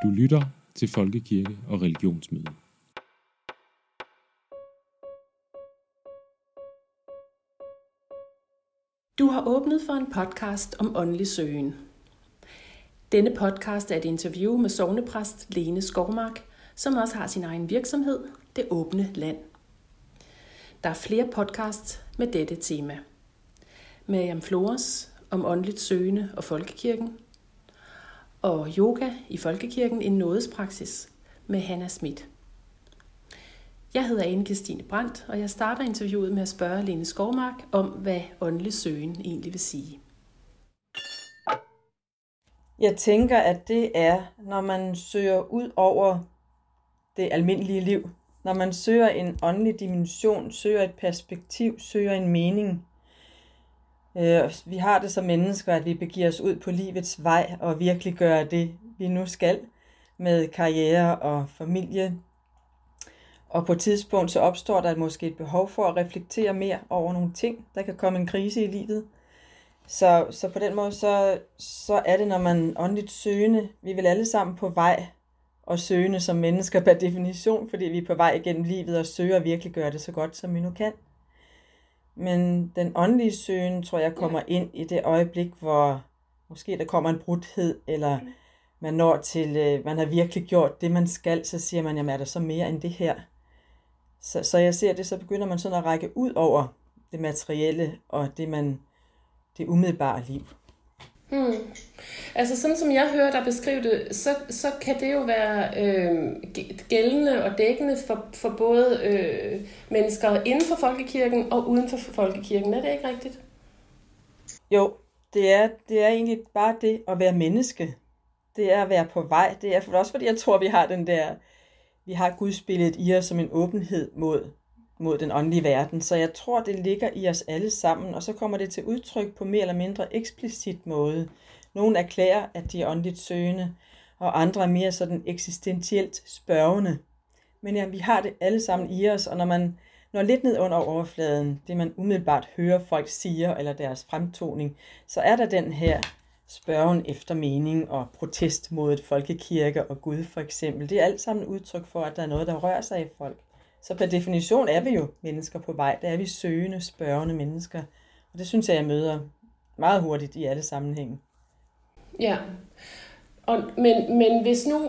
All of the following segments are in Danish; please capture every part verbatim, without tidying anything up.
Du lytter til Folkekirke og Religionsmøde. Du har åbnet for en podcast om åndelig søgen. Denne podcast er et interview med sognepræst Lene Skovmark, som også har sin egen virksomhed, Det Åbne Land. Der er flere podcasts med dette tema. Miriam Flores om åndeligt søgende og folkekirken, og yoga i folkekirken, en nådespraksis med Hanna Schmidt. Jeg hedder Ane-Kirstine Brandt, og jeg starter interviewet med at spørge Lene Skovmark om, hvad åndelig søgen egentlig vil sige. Jeg tænker, at det er, når man søger ud over det almindelige liv. Når man søger en åndelig dimension, søger et perspektiv, søger en mening. Vi har det som mennesker, at vi begiver os ud på livets vej og virkelig gør det, vi nu skal med karriere og familie. Og på et tidspunkt så opstår der måske et behov for at reflektere mere over nogle ting. Der kan komme en krise i livet. Så, så på den måde, så, så er det, når man åndeligt søgende, vi er vel alle sammen på vej og søgende som mennesker per definition, fordi vi er på vej igennem livet og søger at virkelig gøre det så godt, som vi nu kan. Men den åndelige søgen, tror jeg, kommer ind i det øjeblik, hvor måske der kommer en brudhed, eller man når til, man har virkelig gjort det, man skal, så siger man, jamen er der så mere end det her? Så, så jeg ser det, så begynder man sådan at række ud over det materielle og det, man, det umiddelbare liv. Hmm. Altså sådan som jeg hører dig beskrive det, så, så kan det jo være øh, gældende og dækkende for, for både øh, mennesker inden for folkekirken og uden for folkekirken. Er det ikke rigtigt? Jo, det er, det er egentlig bare det at være menneske. Det er at være på vej. Det er for også fordi jeg tror, vi har den der, vi har gudsbilledet i os som en åbenhed mod, mod den åndelige verden. Så jeg tror, det ligger i os alle sammen, og så kommer det til udtryk på mere eller mindre eksplicit måde. Nogle erklærer, at de er åndeligt søgende, og andre er mere sådan eksistentielt spørgende. Men ja, vi har det alle sammen i os, og når man når lidt ned under overfladen, det man umiddelbart hører folk siger, eller deres fremtoning, så er der den her spørgen efter mening og protest mod et folkekirke og Gud for eksempel. Det er alt sammen udtryk for, at der er noget, der rører sig i folk. Så per definition er vi jo mennesker på vej. Der er vi søgende, spørgende mennesker. Og det synes jeg, jeg møder meget hurtigt i alle sammenhænge. Ja, og, men, men hvis nu...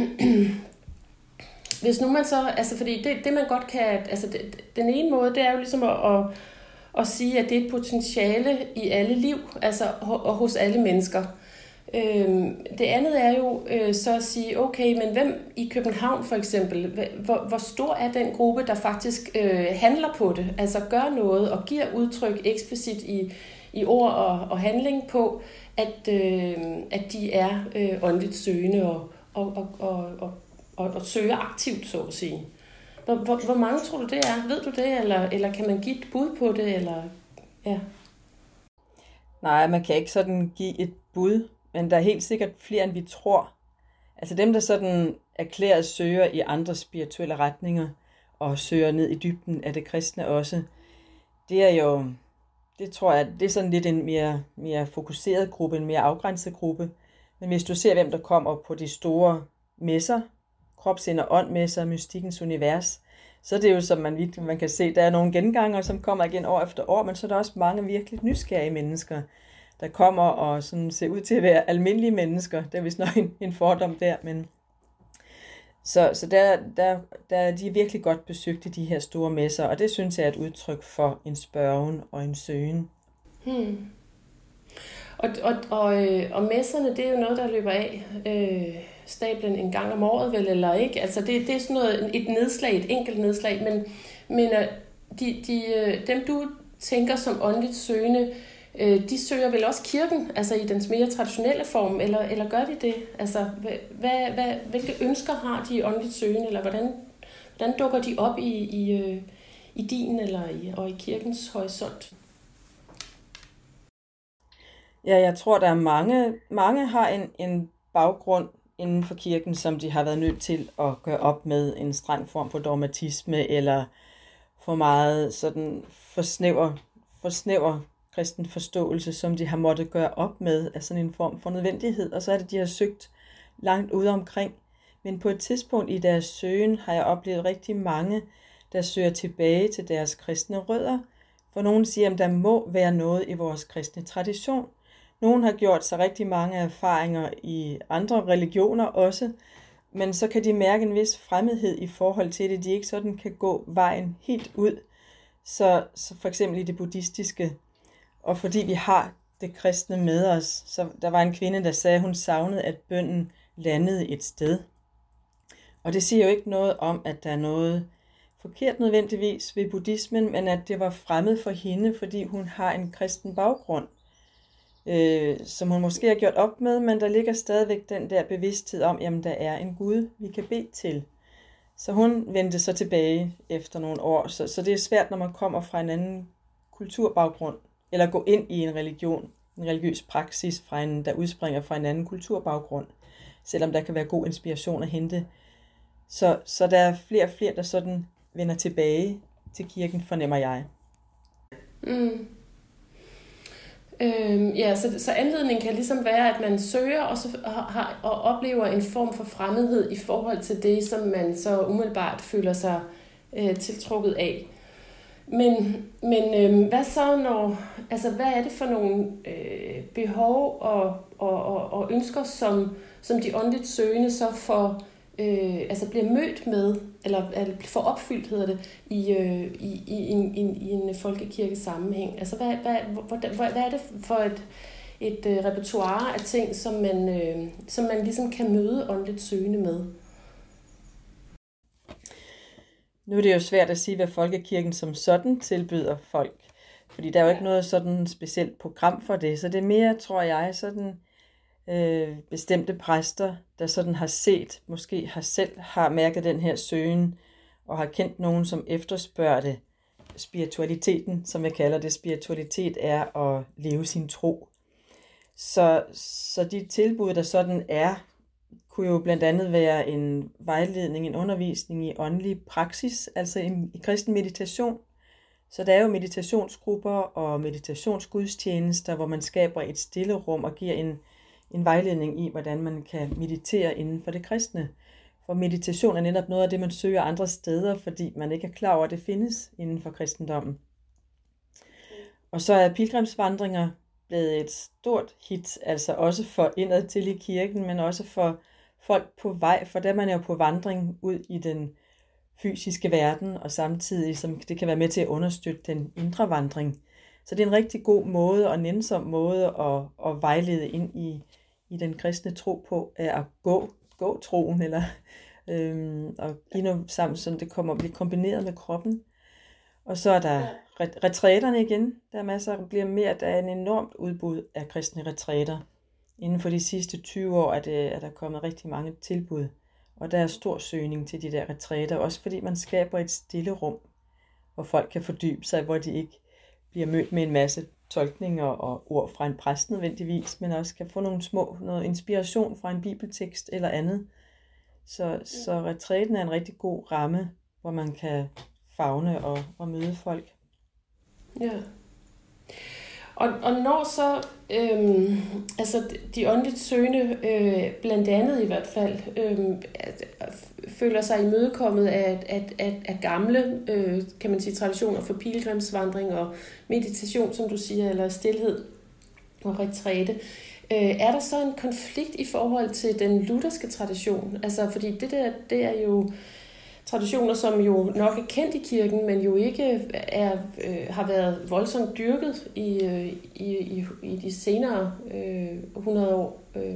hvis nu man så... Altså fordi det, det man godt kan... Altså det, den ene måde, det er jo ligesom at, at, at sige, at det er et potentiale i alle liv. Altså og hos alle mennesker. Øhm, det andet er jo øh, så at sige, okay, men hvem i København for eksempel, hvor, hvor stor er den gruppe, der faktisk øh, handler på det, altså gør noget og giver udtryk eksplicit i, i ord og, og handling på, at, øh, at de er øh, åndeligt søgende og, og, og, og, og, og, og søger aktivt, så at sige. Hvor, hvor, hvor mange tror du det er? Ved du det, eller, eller kan man give et bud på det? Eller, ja. Nej, man kan ikke sådan give et bud. Men der er helt sikkert flere, end vi tror. Altså dem, der sådan erklæret søger i andre spirituelle retninger, og søger ned i dybden af det kristne også, det er jo, det tror jeg, det er sådan lidt en mere, mere fokuseret gruppe, en mere afgrænset gruppe. Men hvis du ser, hvem der kommer på de store messer, kropsind og ånd-messer, mystikkens univers, så er det jo, som man, man kan se, der er nogle gengangere, som kommer igen år efter år, men så er der også mange virkelig nysgerrige mennesker, der kommer og sådan ser ud til at være almindelige mennesker. Det er vist nok en, en fordom der, men så, så der, der, der de er virkelig godt besøgt i de her store messer, og det synes jeg er et udtryk for en spørgen og en søgen. Hmm. Og, og, og, og messerne, det er jo noget, der løber af øh, stablen en gang om året, vel, eller ikke? Altså det, det er sådan noget, et nedslag, et enkelt nedslag, men, men de, de, dem du tænker som åndeligt søgende, de søger vel også kirken, altså i dens mere traditionelle form, eller, eller gør de det? Altså, hvad, hvad, hvilke ønsker har de åndeligt søgende, eller hvordan, hvordan dukker de op i, i, i din eller i, og i kirkens horisont? Ja, jeg tror, der er mange, mange har en, en baggrund inden for kirken, som de har været nødt til at gøre op med en streng form for dogmatisme, eller for meget sådan forsnæver, forsnæver kristen forståelse, som de har måttet gøre op med af sådan en form for nødvendighed. Og så er det, de har søgt langt ude omkring Men på et tidspunkt i deres søgen har jeg oplevet rigtig mange, der søger tilbage til deres kristne rødder. For nogen siger, at der må være noget i vores kristne tradition. Nogen har gjort sig rigtig mange erfaringer i andre religioner også, men så kan de mærke en vis fremmedhed i forhold til det. De ikke sådan kan gå vejen helt ud. Så, så for eksempel i det buddhistiske. Og fordi vi har det kristne med os, så der var en kvinde, der sagde, at hun savnede, at bønnen landede et sted. Og det siger jo ikke noget om, at der er noget forkert nødvendigvis ved buddhismen, men at det var fremmed for hende, fordi hun har en kristen baggrund, øh, som hun måske har gjort op med, men der ligger stadigvæk den der bevidsthed om, jamen der er en Gud, vi kan bede til. Så hun vendte så tilbage efter nogle år, så, så det er svært, når man kommer fra en anden kulturbaggrund, eller gå ind i en religion, en religiøs praksis, fra en, der udspringer fra en anden kulturbaggrund, selvom der kan være god inspiration at hente. Så, så der er flere og flere, der sådan vender tilbage til kirken, fornemmer jeg. Mm. Øhm, ja, så, så anledningen kan ligesom være, at man søger og, så har, og oplever en form for fremmedhed i forhold til det, som man så umiddelbart føler sig øh, tiltrukket af. Men, men øh, hvad så når, altså hvad er det for nogle øh, behov og, og, og, og ønsker, som, som de åndeligt søgende så får, øh, altså bliver mødt med, eller, eller får opfyldt, hedder det, i, øh, i, i, en, i, i en folkekirke sammenhæng? Altså hvad, hvad, hvad, hvad er det for et, et øh, repertoire af ting, som man, øh, som man ligesom kan møde åndeligt søgende med? Nu er det jo svært at sige, hvad folkekirken som sådan tilbyder folk, fordi der er jo ikke noget sådan specielt program for det, så det er mere, tror jeg, sådan øh, bestemte præster, der sådan har set, måske har selv har mærket den her søgen, og har kendt nogen, som efterspørger det. Spiritualiteten, som jeg kalder det, spiritualitet er at leve sin tro. Så, så de tilbud, der sådan er, kunne jo blandt andet være en vejledning, en undervisning i åndelig praksis, altså i, i kristen meditation. Så der er jo meditationsgrupper og meditationsgudstjenester, hvor man skaber et stille rum og giver en, en vejledning i, hvordan man kan meditere inden for det kristne. For meditation er netop noget af det, man søger andre steder, fordi man ikke er klar over, at det findes inden for kristendommen. Og så er pilgrimsvandringer blevet et stort hit, altså også for indad til i kirken, men også for folk på vej, for der man er jo på vandring ud i den fysiske verden, og samtidig som det kan være med til at understøtte den indre vandring. Så det er en rigtig god måde og en nænsom måde at, at vejlede ind i, i den kristne tro på, at gå, gå troen, eller øhm, og give noget sammen, så det kommer at blive kombineret med kroppen. Og så er der retræterne igen. Der er masser, der bliver mere, der er en enormt udbud af kristne retræter. Inden for de sidste tyve år er, det, er der kommet rigtig mange tilbud, og der er stor søgning til de der retræter, også fordi man skaber et stille rum, hvor folk kan fordybe sig, hvor de ikke bliver mødt med en masse tolkninger og ord fra en præst nødvendigvis, men også kan få nogle små, noget inspiration fra en bibeltekst eller andet. Så, så retræten er en rigtig god ramme, hvor man kan favne og, og møde folk. Ja. Og, og når så øhm, altså de åndeligt søgende, øh, blandt andet i hvert fald, øh, at, at, føler sig imødekommet af, at, at, at gamle øh, kan man sige, traditioner for pilgrimsvandring og meditation, som du siger, eller stilhed og retræte, øh, er der så en konflikt i forhold til den lutherske tradition? Altså, fordi det der, det er jo traditioner, som jo nok er kendt i kirken, men jo ikke er, øh, har været voldsomt dyrket i, øh, i, i, i de senere øh, hundrede år, øh,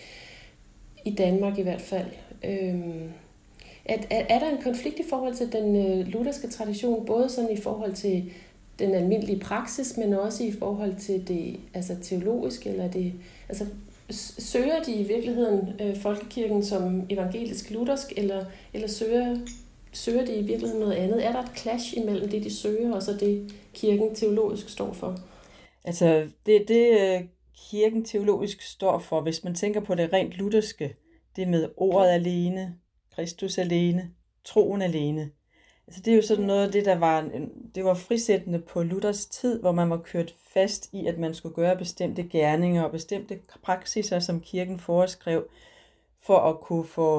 i Danmark i hvert fald. Øh, er, er der en konflikt i forhold til den øh, lutherske tradition, både sådan i forhold til den almindelige praksis, men også i forhold til det altså teologiske, eller det, altså søger de i virkeligheden øh, folkekirken som evangelisk-luthersk, eller, eller søger, søger de i virkeligheden noget andet? Er der et clash imellem det, de søger, og så det, kirken teologisk står for? Altså, det det kirken teologisk står for, hvis man tænker på det rent lutherske, det med ordet alene, Kristus alene, troen alene. Altså, det er jo sådan noget af det, der var, det var frisættende på Luthers tid, hvor man var kørt fast i, at man skulle gøre bestemte gerninger og bestemte praksiser, som kirken foreskrev, for at kunne få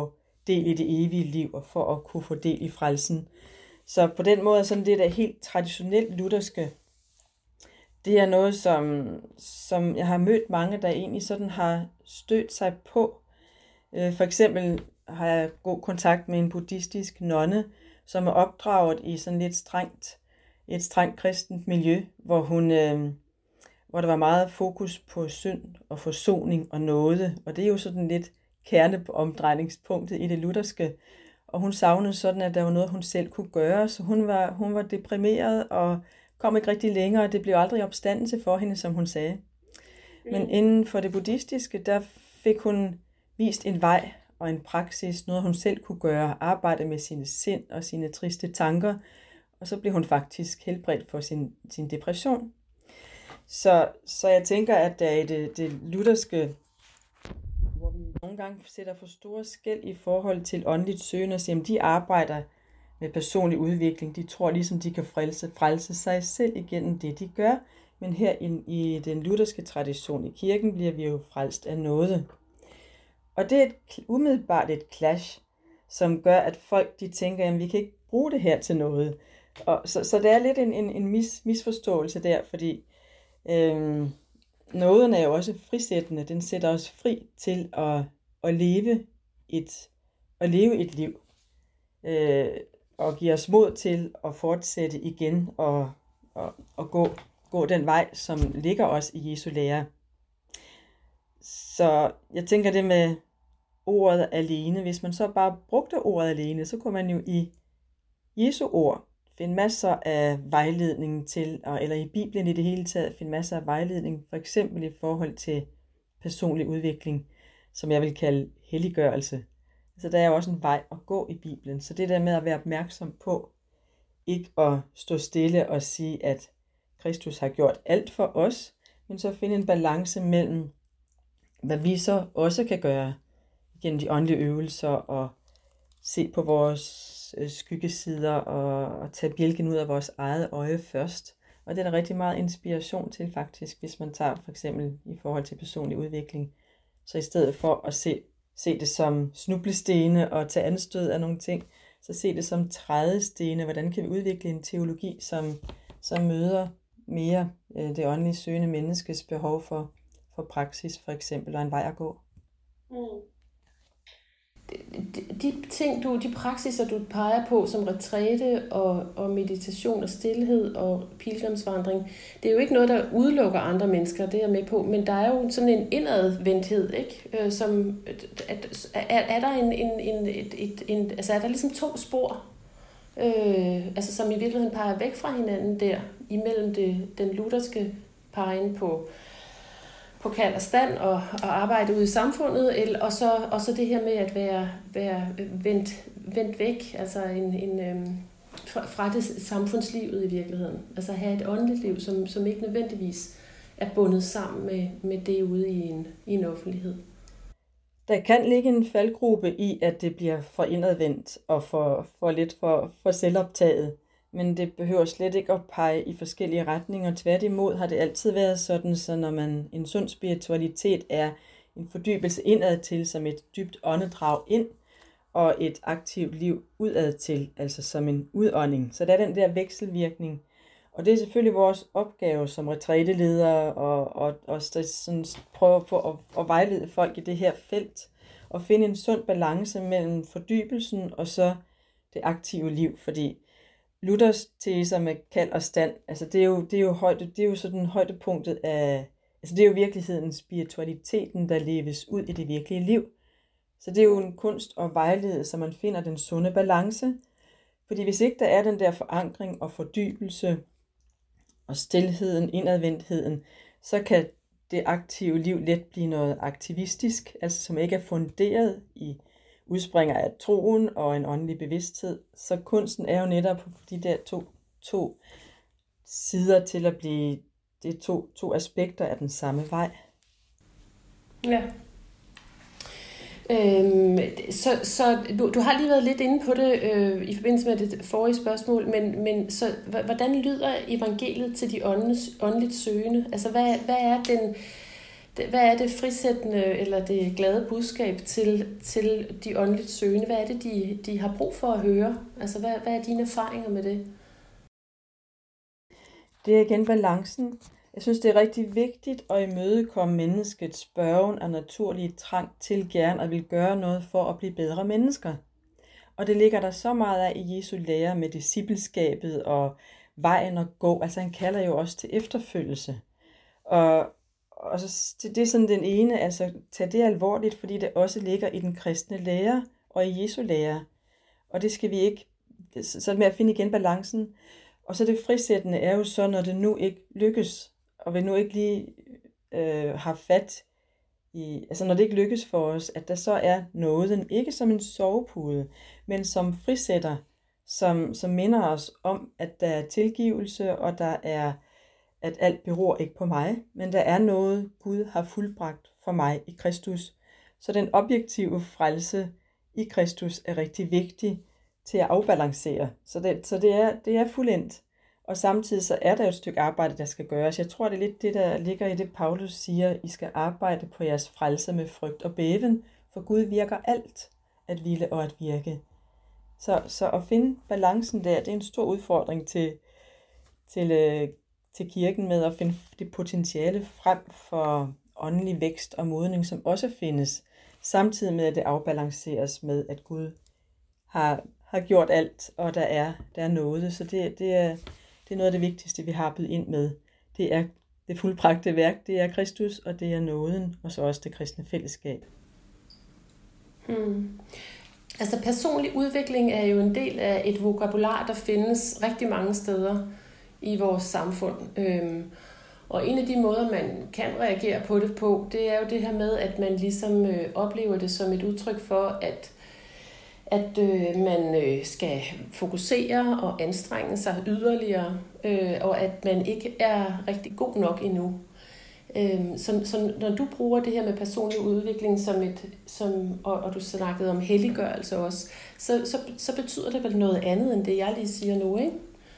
del i det evige liv, og for at kunne få del i frelsen. Så på den måde, sådan det der helt traditionelt lutherske, det er noget, som, som jeg har mødt mange, der egentlig sådan har stødt sig på. For eksempel har jeg god kontakt med en buddhistisk nonne, som er opdraget i sådan lidt strengt, et strengt kristent miljø, hvor hun, øh, hvor der var meget fokus på synd og forsoning og nåde, og det er jo sådan lidt kerneomdrejningspunktet i det lutherske. Og hun savnede sådan, at der var noget, hun selv kunne gøre, så hun var, hun var deprimeret og kom ikke rigtig længere, og det blev aldrig opstandelse for hende, som hun sagde. Men inden for det buddhistiske, der fik hun vist en vej og en praksis, noget hun selv kunne gøre, arbejde med sine sind og sine triste tanker, og så blev hun faktisk helbredt for sin, sin depression. Så, så jeg tænker, at der i det, det lutherske, hvor vi nogle gange sætter for store skel i forhold til åndeligt søgende, og siger, at de arbejder med personlig udvikling, de tror ligesom, de kan frelse, frelse sig selv igennem det, de gør, men her i, i den lutherske tradition i kirken bliver vi jo frelst af nåde. Og det er et, umiddelbart et clash, som gør, at folk de tænker, at vi kan ikke bruge det her til noget. Og så, så der er lidt en, en, en mis, misforståelse der, fordi øhm, nåden er jo også frisættende. Den sætter os fri til at, at, leve, et, at leve et liv. Øh, og giver os mod til at fortsætte igen og, og, og gå, gå den vej, som ligger os i Jesu lære. Så jeg tænker det med ordet alene. Hvis man så bare brugte ordet alene, så kunne man jo i Jesu ord finde masser af vejledning til, eller i Bibelen i det hele taget, finde masser af vejledning, for eksempel i forhold til personlig udvikling, som jeg vil kalde helliggørelse. Så der er jo også en vej at gå i Bibelen. Så det der med at være opmærksom på, ikke at stå stille og sige, at Kristus har gjort alt for os, men så finde en balance mellem, hvad vi så også kan gøre gennem de åndelige øvelser, og se på vores skyggesider, og, og tage bjælken ud af vores eget øje først. Og det er der rigtig meget inspiration til faktisk, hvis man tager for eksempel i forhold til personlig udvikling. Så i stedet for at se, se det som snublestene og tage anstød af nogle ting, så se det som trædestene. Hvordan kan vi udvikle en teologi, som, som møder mere øh, det åndelige søgende menneskes behov for, for praksis for eksempel, og en vej at gå. Mm. De, de ting, du, de praksiser, du peger på, som retræte og, og meditation og stillhed og pilgrimsvandring, det er jo ikke noget, der udelukker andre mennesker, det er jeg med på, men der er jo sådan en indadvendthed, ikke? Øh, som, at, er, er der en, en, en, et, et, en, altså er der ligesom to spor, øh, altså som i virkeligheden peger væk fra hinanden der, imellem det, den lutherske pegen på på kald og stand og, og arbejde ude i samfundet, eller, og, så, og så det her med at være, være vendt, vendt væk, altså en, en, øhm, fra, fra det samfundslivet i virkeligheden. Altså have et åndeligt liv, som, som ikke nødvendigvis er bundet sammen med, med det ude i en, i en offentlighed. Der kan ligge en faldgruppe i, at det bliver for indadvendt og for, for lidt for, for selvoptaget. Men det behøver slet ikke at pege i forskellige retninger. Tværtimod har det altid været sådan, så når man en sund spiritualitet er en fordybelse indad til, som et dybt åndedrag ind, og et aktivt liv udad til, altså som en udånding. Så der er den der vekselvirkning. Og det er selvfølgelig vores opgave som retræteledere, og, og, og sådan prøve på at, at vejlede folk i det her felt, og finde en sund balance mellem fordybelsen og så det aktive liv, fordi Luthers teser med kald og stand, altså det er jo, det er jo, højde, det er jo sådan højdepunktet af, altså det er jo virkeligheden, spiritualiteten, der leves ud i det virkelige liv. Så det er jo en kunst at vejlede, så man finder den sunde balance. Fordi hvis ikke der er den der forankring og fordybelse og stilheden, indadvendtheden, så kan det aktive liv let blive noget aktivistisk, altså som ikke er funderet i udspringer af troen og en åndelig bevidsthed. Så kunsten er jo netop de der to, to sider til at blive, det er to, to aspekter af den samme vej. Ja. Øhm, så så du, du har lige været lidt inde på det øh, i forbindelse med det forrige spørgsmål, men, men så, hvordan lyder evangeliet til de åndeligt søgende? Altså hvad, hvad er den det, hvad er det frisættende eller det glade budskab til, til de åndeligt søgende? Hvad er det, de, de har brug for at høre? Altså, hvad, hvad er dine erfaringer med det? Det er igen balancen. Jeg synes, det er rigtig vigtigt at imødekomme menneskets spørgen og naturlige trang til gerne at vil gøre noget for at blive bedre mennesker. Og det ligger der så meget af i Jesu lære med discipleskabet og vejen at gå. Altså han kalder jo også til efterfølgelse. Og, og så, det er sådan den ene, altså tag det alvorligt, fordi det også ligger i den kristne lære og i Jesu lære. Og det skal vi ikke, så med at finde igen balancen. Og så det frisættende er jo så, når det nu ikke lykkes, og vi nu ikke lige øh, har fat i, altså når det ikke lykkes for os, at der så er nåden, ikke som en sovepude, men som frisætter, som, som minder os om, at der er tilgivelse, og der er, at alt beror ikke på mig, men der er noget, Gud har fuldbragt for mig i Kristus. Så den objektive frelse i Kristus er rigtig vigtig til at afbalancere. Så det, så det, er, det er fuldendt. Og samtidig så er der jo et stykke arbejde, der skal gøres. Jeg tror, det er lidt det, der ligger i det, Paulus siger. I skal arbejde på jeres frelse med frygt og bæven, for Gud virker alt at ville og at virke. Så, så at finde balancen der, det er en stor udfordring til, til, øh, til kirken med at finde det potentiale frem for åndelig vækst og modning, som også findes, samtidig med at det afbalanceres med, at Gud har, har gjort alt, og der er, der er noget. Så det, det, er, det er noget af det vigtigste, vi har bydet ind med. Det er det fuldbragte værk, det er Kristus, og det er nåden, og så også det kristne fællesskab. Hmm. Altså personlig udvikling er jo en del af et vokabular, der findes rigtig mange steder i vores samfund. Øhm, og en af de måder, man kan reagere på det på, det er jo det her med, at man ligesom øh, oplever det som et udtryk for, at at øh, man øh, skal fokusere og anstrenge sig yderligere, øh, og at man ikke er rigtig god nok endnu. Øh, så, så når du bruger det her med personlig udvikling, som et, som, og, og du snakkede om helliggørelse også, så, så, så betyder det vel noget andet, end det jeg lige siger nu, ikke?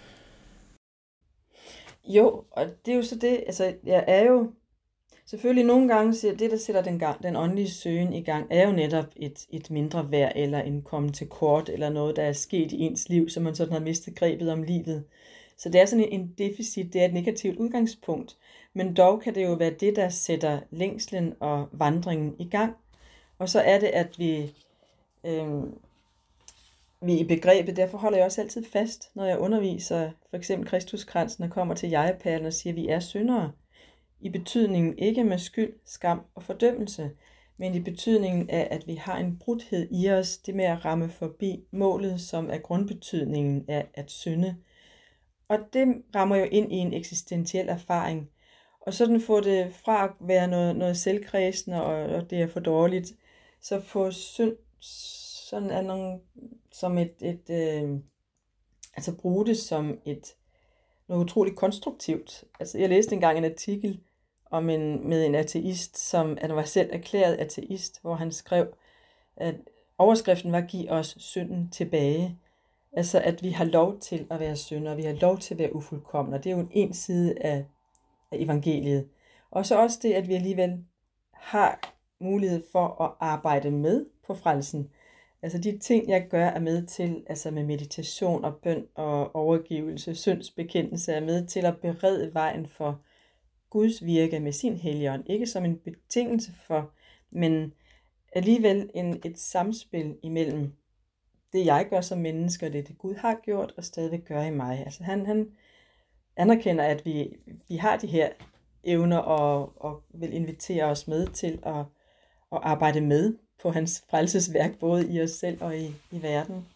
Jo, og det er jo så det, altså jeg er jo, selvfølgelig nogle gange siger det, der sætter den, gang, den åndelige søgen i gang, er jo netop et, et mindre værd, eller en komme til kort, eller noget, der er sket i ens liv, så man sådan har mistet grebet om livet. Så det er sådan en deficit, det er et negativt udgangspunkt. Men dog kan det jo være det, der sætter længslen og vandringen i gang. Og så er det, at vi, øh, vi er i begrebet, derfor holder jeg også altid fast, når jeg underviser for eksempel Kristuskransen og kommer til jegepælen og siger, at vi er syndere. I betydningen ikke med skyld, skam og fordømmelse, men i betydningen af, at vi har en brudhed i os, det med at ramme forbi målet, som er grundbetydningen af at synde. Og det rammer jo ind i en eksistentiel erfaring. Og sådan får det fra at være noget, noget selvkredsende, og, og det er for dårligt, så får synd sådan er nogle, som et, et øh, altså bruge det som et noget utroligt konstruktivt. Altså jeg læste engang en artikel om en, med en ateist, som at han var selv erklæret ateist, hvor han skrev, at overskriften var, giv os synden tilbage. Altså at vi har lov til at være syndere, vi har lov til at være ufuldkomne, og det er jo en, en side af, af evangeliet. Og så også det, at vi alligevel har mulighed for at arbejde med på frelsen. Altså de ting, jeg gør, er med til, altså med meditation og bøn og overgivelse, syndsbekendelse, er med til at berede vejen for Guds virke med sin Helligånd. Ikke som en betingelse for, men alligevel en, et samspil imellem det, jeg gør som menneske, og det, det Gud har gjort og stadig gør i mig. Altså han, han anerkender, at vi, vi har de her evner og, og vil invitere os med til at, at arbejde med på hans frelsesværk, både i os selv og i, i verden.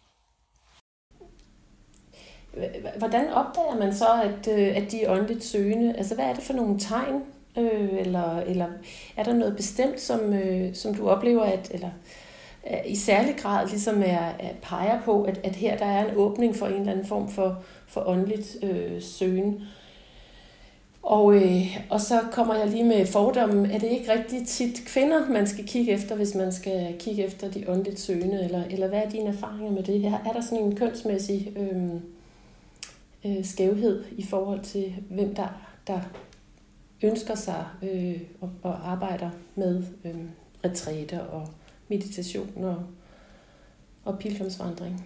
Hvordan opdager man så, at, at de er åndeligt søgende? Altså, hvad er det for nogle tegn? Øh, eller, eller er der noget bestemt, som, øh, som du oplever, at eller, i særlig grad ligesom er, er peger på, at, at her der er en åbning for en eller anden form for, for åndeligt øh, søgen? Og, øh, og så kommer jeg lige med fordommen. Er det ikke rigtig tit kvinder, man skal kigge efter, hvis man skal kigge efter de åndeligt søgende? Eller, eller hvad er dine erfaringer med det her? Er der sådan en kønsmæssig øh, øh, skævhed i forhold til, hvem der, der ønsker sig øh, og, og arbejder med øh, retræter og meditation og, og pilgrimsvandring.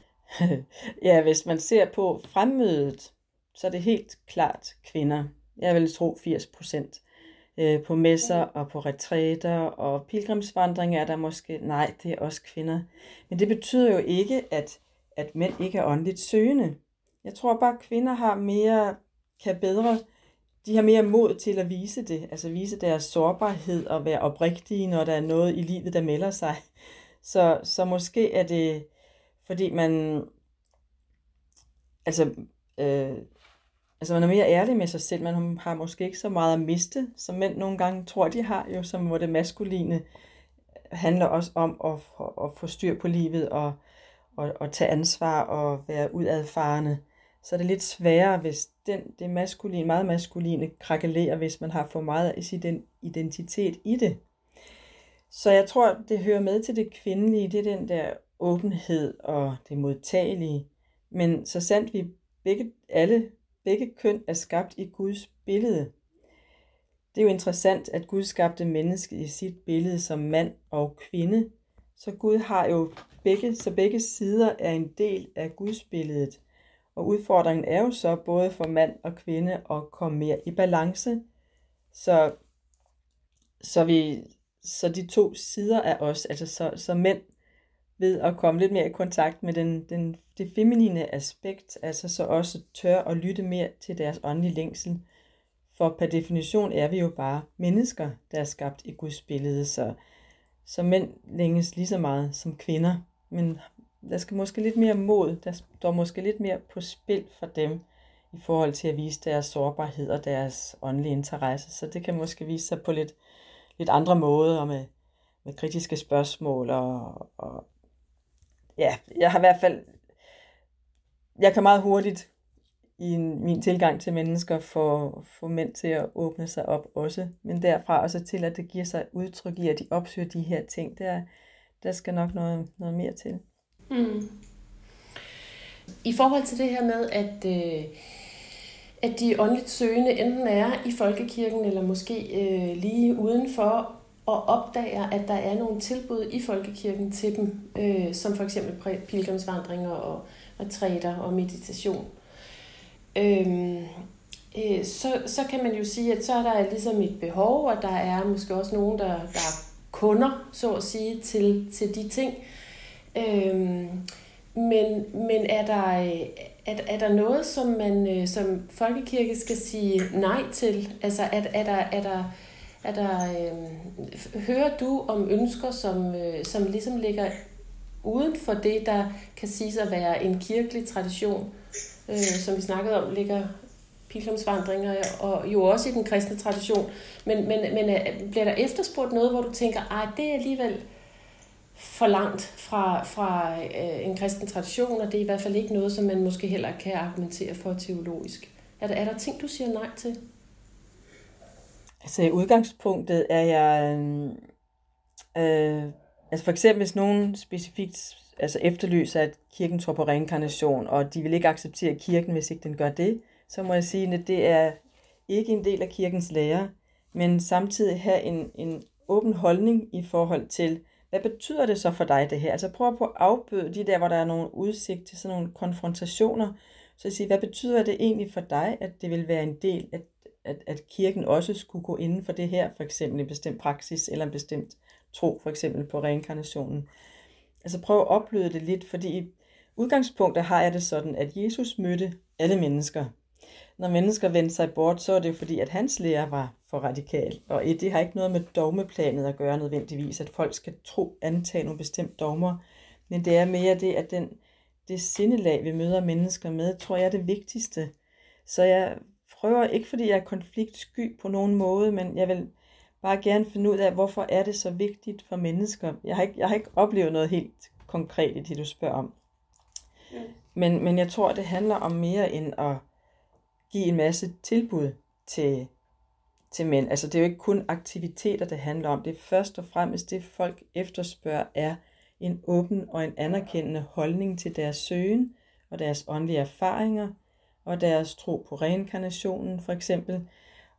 Ja, hvis man ser på fremmødet, så er det helt klart kvinder. Jeg vil tro firs procent. På messer og på retræter og pilgrimsvandring er der måske, nej, det er også kvinder. Men det betyder jo ikke, at, at mænd ikke er åndeligt søgende. Jeg tror bare, at kvinder har mere, kan bedre, de har mere mod til at vise det, altså vise deres sårbarhed og være oprigtige, når der er noget i livet, der melder sig. Så, så måske er det, fordi man, altså, øh, altså man er mere ærlig med sig selv, man har måske ikke så meget at miste, som mænd nogle gange tror, de har jo, som hvor det maskuline handler også om at, at få styr på livet og, og, og tage ansvar og være udadfarende. Så er det lidt sværere, hvis den, det maskuline, meget maskuline krakelerer, hvis man har for meget af sin identitet i det. Så jeg tror, det hører med til det kvindelige, det er den der åbenhed og det modtagelige. Men så sandt vi begge, alle, begge køn er skabt i Guds billede. Det er jo interessant, at Gud skabte mennesket i sit billede som mand og kvinde. Så Gud har jo begge, så begge sider er en del af Guds billedet. Og udfordringen er jo så både for mand og kvinde at komme mere i balance. Så, så, vi, så de to sider af os, altså så, så mænd ved at komme lidt mere i kontakt med den, den, det feminine aspekt, altså så også tør at lytte mere til deres åndelige længsel. For per definition er vi jo bare mennesker, der er skabt i Guds billede, så, så mænd længes lige så meget som kvinder. Men der skal måske lidt mere mod, der står måske lidt mere på spil for dem, i forhold til at vise deres sårbarhed og deres åndelige interesse. Så det kan måske vise sig på lidt, lidt andre måder, og med, med kritiske spørgsmål. Og, og ja, jeg har i hvert fald, jeg kan meget hurtigt i min tilgang til mennesker få, få mænd til at åbne sig op også. Men derfra også til, at det giver sig udtryk i, at de opsøger de her ting, der, der skal nok noget, noget mere til. Mm. I forhold til det her med, at, øh, at de åndeligt søgende enten er i folkekirken, eller måske øh, lige udenfor, og opdager, at der er nogle tilbud i folkekirken til dem, øh, som for eksempel pilgrimsvandringer og retræter og meditation. Øh, øh, så, så kan man jo sige, at så er der ligesom et behov, og der er måske også nogen, der, der er kunder, så at sige, til, til de ting. Øhm, men men er, der, er, er der noget, som man som folkekirke skal sige nej til? Altså er, er der, er der, er der øhm, hører du om ønsker, som, øh, som ligesom ligger uden for det, der kan siges at være en kirkelig tradition, øh, som vi snakkede om, ligger pilgrimsvandringer og jo også i den kristne tradition. Men, men, men bliver der efterspurgt noget, hvor du tænker, ej, det er alligevel for langt fra, fra øh, en kristen tradition, og det er i hvert fald ikke noget, som man måske heller kan argumentere for teologisk. Er der, er der ting, du siger nej til? Altså i udgangspunktet er jeg, øh, altså for eksempel hvis nogen specifikt altså efterlyser, at kirken tror på reinkarnation, og de vil ikke acceptere kirken, hvis ikke den gør det, så må jeg sige, at det er ikke en del af kirkens lære, men samtidig have en, en åben holdning i forhold til, hvad betyder det så for dig, det her? Altså prøv på at afbøde de der, hvor der er nogle udsigt til sådan nogle konfrontationer. Så at sige, hvad betyder det egentlig for dig, at det vil være en del, at, at, at kirken også skulle gå inden for det her, for eksempel en bestemt praksis, eller en bestemt tro, for eksempel på reinkarnationen. Altså prøv at opløde det lidt, fordi i udgangspunktet har jeg det sådan, at Jesus mødte alle mennesker. Når mennesker vendte sig bort, så er det fordi, at hans lære var for radikal. Og det har ikke noget med dogmeplanet at gøre nødvendigvis, at folk skal tro, antage nogle bestemte dogmer. Men det er mere det, at den, det sindelag, vi møder mennesker med, tror jeg er det vigtigste. Så jeg prøver, ikke fordi jeg er konfliktsky på nogen måde, men jeg vil bare gerne finde ud af, hvorfor er det så vigtigt for mennesker. Jeg har ikke, jeg har ikke oplevet noget helt konkret i det, du spørger om. Men, men jeg tror, det handler om mere end at give en masse tilbud til, til mænd. Altså det er jo ikke kun aktiviteter, det handler om. Det er først og fremmest det, folk efterspørger, er en åben og en anerkendende holdning til deres søgen og deres åndelige erfaringer og deres tro på reinkarnationen for eksempel.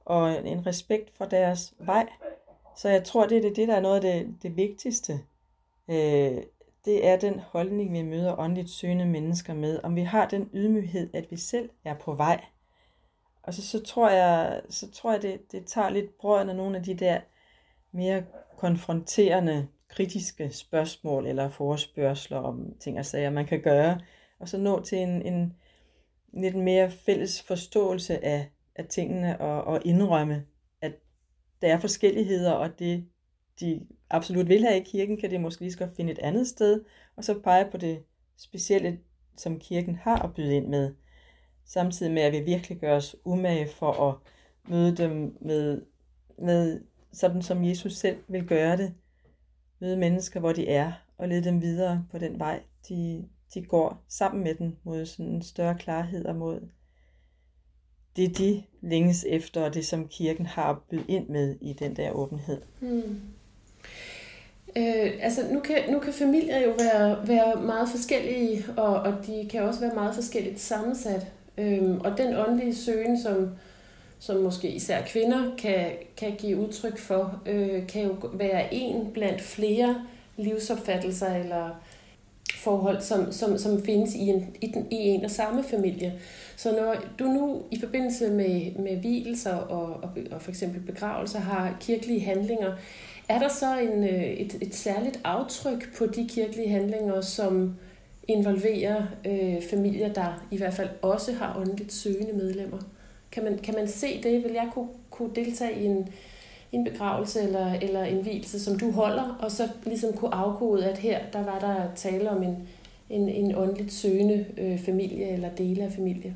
og en respekt for deres vej. Så jeg tror, det er det, der er noget af det, det vigtigste. Øh, det er den holdning, vi møder åndeligt søgende mennesker med. Om vi har den ydmyghed, at vi selv er på vej. Og så, så tror jeg, så tror jeg det, det tager lidt brøden af nogle af de der mere konfronterende, kritiske spørgsmål eller forespørgsler om ting og sager, man kan gøre. Og så nå til en, en lidt mere fælles forståelse af, af tingene og, og indrømme, at der er forskelligheder, og det de absolut vil have i kirken, kan de måske lige skal finde et andet sted, og så pege på det specielle, som kirken har at byde ind med. Samtidig med, at vi virkelig gør os umage for at møde dem med, med sådan, som Jesus selv vil gøre det. Møde mennesker, hvor de er, og lede dem videre på den vej, de, de går sammen med den, mod sådan en større klarhed og mod det, de længes efter, og det, som kirken har at byde ind med i den der åbenhed. Hmm. Øh, altså nu kan, nu kan familier jo være, være meget forskellige, og, og de kan også være meget forskelligt sammensat. Øhm, og den åndelige søgen, som, som måske især kvinder kan, kan give udtryk for, øh, kan jo være en blandt flere livsopfattelser eller forhold, som, som, som findes i en, i, den, i en og samme familie. Så når du nu i forbindelse med, med vielser og, og, og for eksempel begravelser har kirkelige handlinger, er der så en, et, et særligt aftryk på de kirkelige handlinger, som involverer øh, familier, der i hvert fald også har åndeligt søgende medlemmer? Kan man, kan man se det? Vil jeg kunne, kunne deltage i en, en begravelse eller, eller en vielse, som du holder, og så ligesom kunne afkode, at her der var der tale om en, en, en åndeligt søgende øh, familie eller dele af familie?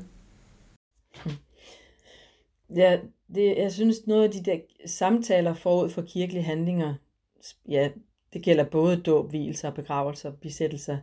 Ja, det, jeg synes noget af de der samtaler forud for kirkelige handlinger, ja, det gælder både dåb, vielser, begravelser, bisættelser.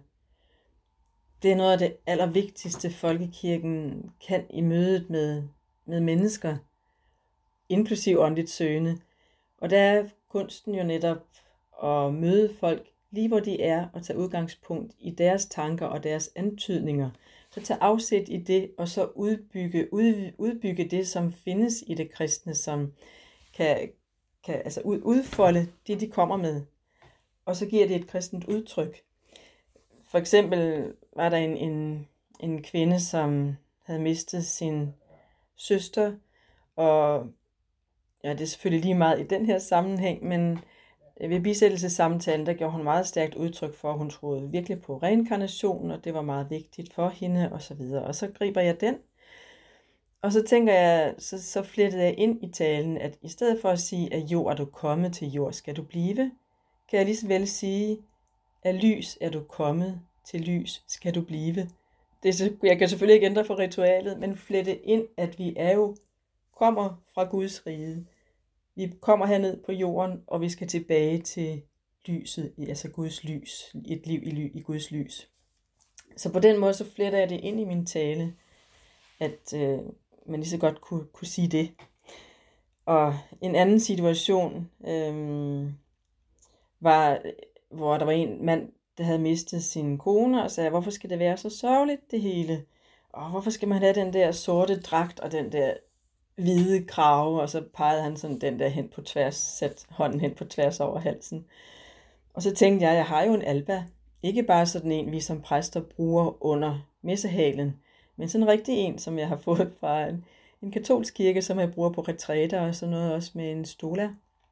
Det er noget af det allervigtigste, folkekirken kan i mødet med, med mennesker, inklusiv åndeligt søgende. Og der er kunsten jo netop at møde folk lige hvor de er, og tage udgangspunkt i deres tanker og deres antydninger. Så tage afsæt i det, og så udbygge, ud, udbygge det, som findes i det kristne, som kan, kan altså ud, udfolde det, de kommer med. Og så giver det et kristent udtryk. For eksempel var der en, en, en kvinde, som havde mistet sin søster, og ja, det er selvfølgelig lige meget i den her sammenhæng, men ved bisættelsessamtalen, der gjorde hun meget stærkt udtryk for, at hun troede virkelig på reinkarnation, og det var meget vigtigt for hende, og så videre. Og så griber jeg den, og så tænker jeg, så, så flettede jeg ind i talen, at i stedet for at sige, at jord er du kommet, til jord skal du blive, kan jeg lige så vel sige, at lys er du kommet, til lys skal du blive. Det, jeg kan selvfølgelig ikke ændre for ritualet, men flette ind, at vi er jo kommer fra Guds rige. Vi kommer herned på jorden, og vi skal tilbage til lyset, altså Guds lys, et liv i, ly, i Guds lys. Så på den måde, så fletter jeg det ind i min tale, at øh, man lige så godt kunne, kunne sige det. Og en anden situation øh, var, hvor der var en mand, der havde mistet sin kone, og sagde, hvorfor skal det være så sørgeligt, det hele? Og hvorfor skal man have den der sorte dragt, og den der hvide krave, og så pegede han sådan den der hen på tværs, satte hånden hen på tværs over halsen. Og så tænkte jeg, jeg har jo en alba. Ikke bare sådan en, vi som præster bruger under messehalen, men sådan en rigtig en, som jeg har fået fra en, en katolsk kirke, som jeg bruger på retræter og sådan noget, også med en stola.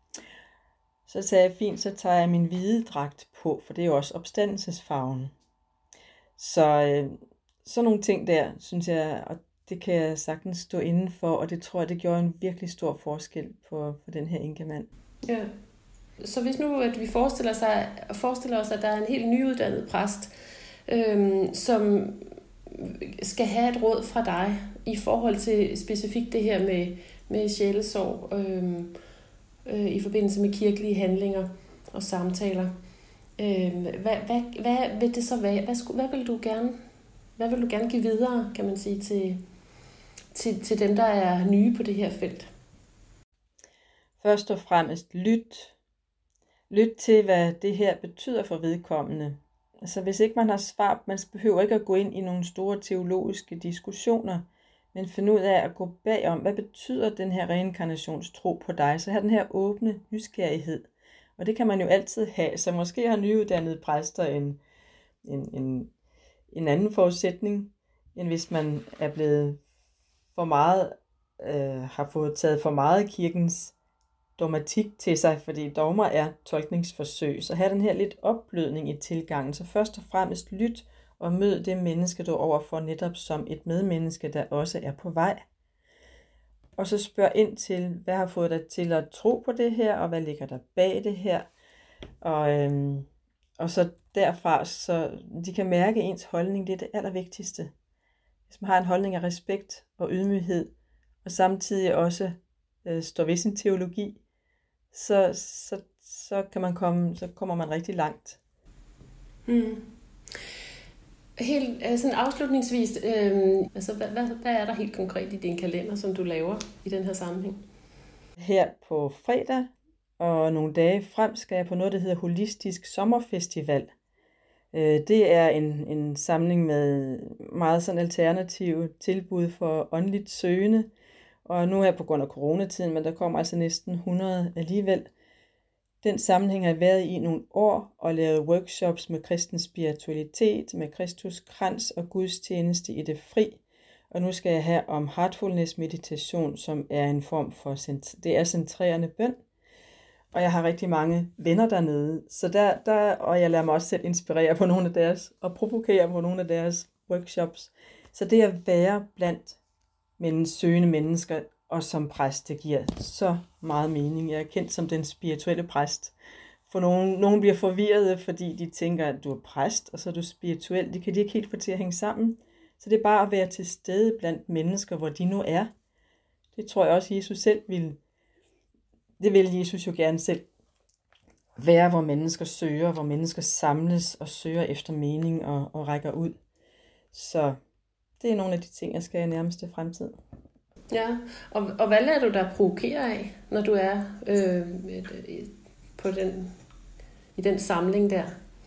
Så sagde jeg, fint, så tager jeg min hvide dragt på, for det er jo også opstandelsesfarven. Så øh, sådan nogle ting der, synes jeg, og det kan jeg sagtens stå inden for, og det tror jeg, det gjorde en virkelig stor forskel på, på den her enkemand. Ja. Så hvis nu, at vi forestiller, sig, forestiller os, at der er en helt nyuddannet præst, øhm, som skal have et råd fra dig i forhold til specifikt det her med, med sjælesorg øhm, øh, i forbindelse med kirkelige handlinger og samtaler. Øhm, hvad, hvad, hvad vil det så være? Hvad, skulle, hvad vil du gerne Hvad vil du gerne give videre, kan man sige, til, til, til dem, der er nye på det her felt? Først og fremmest lyt. Lyt til, hvad det her betyder for vedkommende. Altså hvis ikke man har svar, man behøver ikke at gå ind i nogle store teologiske diskussioner, men finde ud af at gå bagom, hvad betyder den her reinkarnationstro på dig? Så have den her åbne nysgerrighed. Og det kan man jo altid have, så måske har nyuddannede præster en, en, en, en anden forudsætning, end hvis man er blevet for meget, øh, har fået taget for meget kirkens dogmatik til sig, fordi dogmer er tolkningsforsøg. Så have den her lidt opblødning i tilgangen. Så først og fremmest lyt og mød det menneske, du er overfor netop som et medmenneske, der også er på vej. Og så spørg ind til, hvad har fået dig til at tro på det her, og hvad ligger der bag det her. Og, øhm, og så derfra, så de kan mærke ens holdning, det er det allervigtigste. Hvis man har en holdning af respekt og ydmyghed, og samtidig også øh, står ved sin teologi, så, så, så, kan man komme, så kommer man rigtig langt. Mm. Helt sådan afslutningsvis, øh, altså, hvad, hvad, hvad er der helt konkret i din kalender, som du laver i den her sammenhæng? Her på fredag og nogle dage frem skal jeg på noget, der hedder Holistisk Sommerfestival. Det er en, en samling med meget sådan alternative tilbud for åndeligt søgende. Og nu er jeg på grund af coronatiden, men der kommer altså næsten hundrede alligevel. Den sammenhæng har jeg været i nogle år og lavet workshops med kristen spiritualitet, med Kristus krans og gudstjeneste i det fri. Og nu skal jeg have om heartfulness meditation, som er en form for, det er centrerende bøn. Og jeg har rigtig mange venner dernede, så der, der, og jeg lader mig også selv inspirere på nogle af deres, og provokere på nogle af deres workshops. Så det at være blandt men søgende mennesker, og som præst, det giver så meget mening. Jeg er kendt som den spirituelle præst. For nogen, nogen bliver forvirrede, fordi de tænker, at du er præst, og så er du spirituel. Det kan de ikke helt få til at hænge sammen. Så det er bare at være til stede blandt mennesker, hvor de nu er. Det tror jeg også, Jesus selv ville. Det vil Jesus jo gerne selv være, hvor mennesker søger, hvor mennesker samles og søger efter mening og, og rækker ud. Så det er nogle af de ting, jeg skal i nærmeste fremtid. Ja, og, og hvad lader du dig provokere af, når du er øh, på den, i den samling der?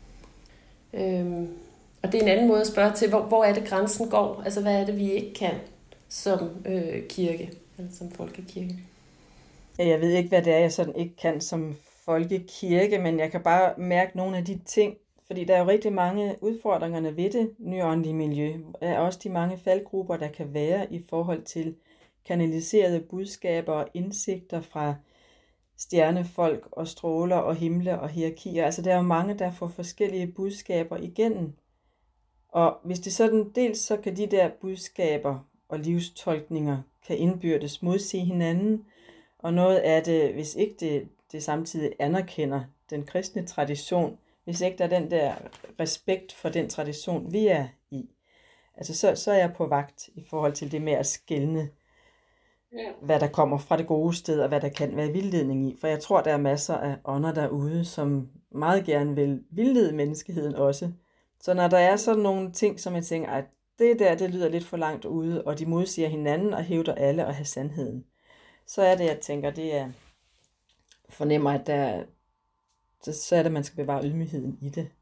Øh, og det er en anden måde at spørge til, hvor, hvor er det grænsen går? Altså hvad er det, vi ikke kan som øh, kirke, eller som folkekirke? Ja, jeg ved ikke, hvad det er, jeg sådan ikke kan som folkekirke, men jeg kan bare mærke nogle af de ting, fordi der er jo rigtig mange udfordringerne ved det nyåndelige miljø. Der er også de mange faldgrupper, der kan være i forhold til kanaliserede budskaber og indsigter fra stjernefolk og stråler og himle og hierarkier. Altså der er jo mange, der får forskellige budskaber igennem. Og hvis det sådan dels, så kan de der budskaber og livstolkninger kan indbyrdes modsige hinanden. Og noget af det, hvis ikke det, det samtidig anerkender den kristne tradition, hvis ikke der er den der respekt for den tradition, vi er i, altså så, så er jeg på vagt i forhold til det med at skelne, ja. Hvad der kommer fra det gode sted, og hvad der kan være vildledning i. For jeg tror, der er masser af ånder derude, som meget gerne vil vildlede menneskeheden også. Så når der er sådan nogle ting, som jeg tænker, at det der, det lyder lidt for langt ude, og de modsiger hinanden og hævder alle at have sandheden, så er det, jeg tænker, det er, fornemmer, at der, så er det, man skal bevare ydmygheden i det.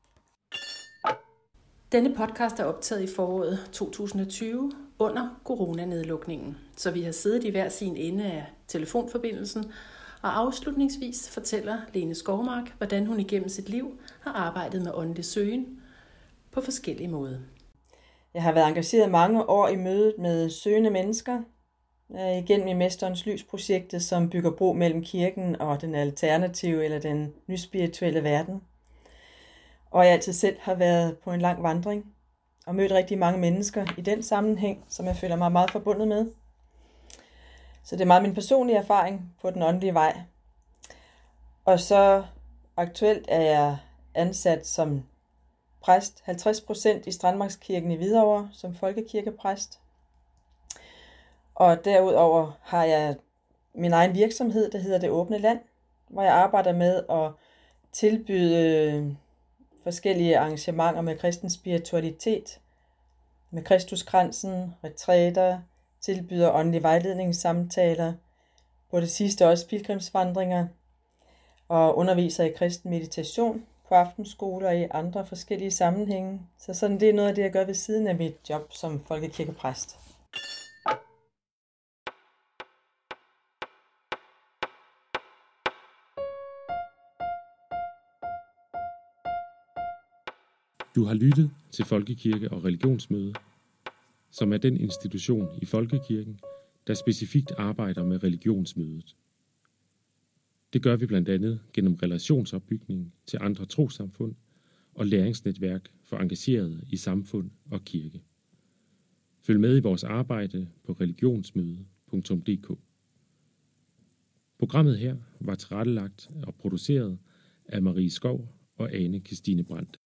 Denne podcast er optaget i foråret to tusind og tyve under coronanedlukningen, så vi har siddet i hver sin ende af telefonforbindelsen, og afslutningsvis fortæller Lene Skovmark, hvordan hun igennem sit liv har arbejdet med åndelig søgen på forskellige måder. Jeg har været engageret mange år i mødet med søgende mennesker, igennem i Mesterens Lys-projektet, som bygger bro mellem kirken og den alternative eller den nyspirituelle verden. Og jeg altid selv har været på en lang vandring og mødt rigtig mange mennesker i den sammenhæng, som jeg føler mig meget forbundet med. Så det er meget min personlige erfaring på den åndelige vej. Og så aktuelt er jeg ansat som præst, halvtreds procent i Strandmarkskirken i Hvidovre som folkekirkepræst. Og derudover har jeg min egen virksomhed, der hedder Det Åbne Land, hvor jeg arbejder med at tilbyde forskellige arrangementer med kristen spiritualitet, med Kristuskransen, retræter, tilbyder åndelige vejledningssamtaler, på det sidste også pilgrimsvandringer, og underviser i kristen meditation på aftenskoler og i andre forskellige sammenhænge. Så sådan det er noget af det, jeg gør ved siden af mit job som folkekirkepræst. Du har lyttet til Folkekirke og Religionsmøde, som er den institution i Folkekirken, der specifikt arbejder med religionsmødet. Det gør vi blandt andet gennem relationsopbygning til andre trossamfund og læringsnetværk for engagerede i samfund og kirke. Følg med i vores arbejde på religionsmøde punktum d k. Programmet her var tilrettelagt og produceret af Marie Skov og Ane Kirstine Brandt.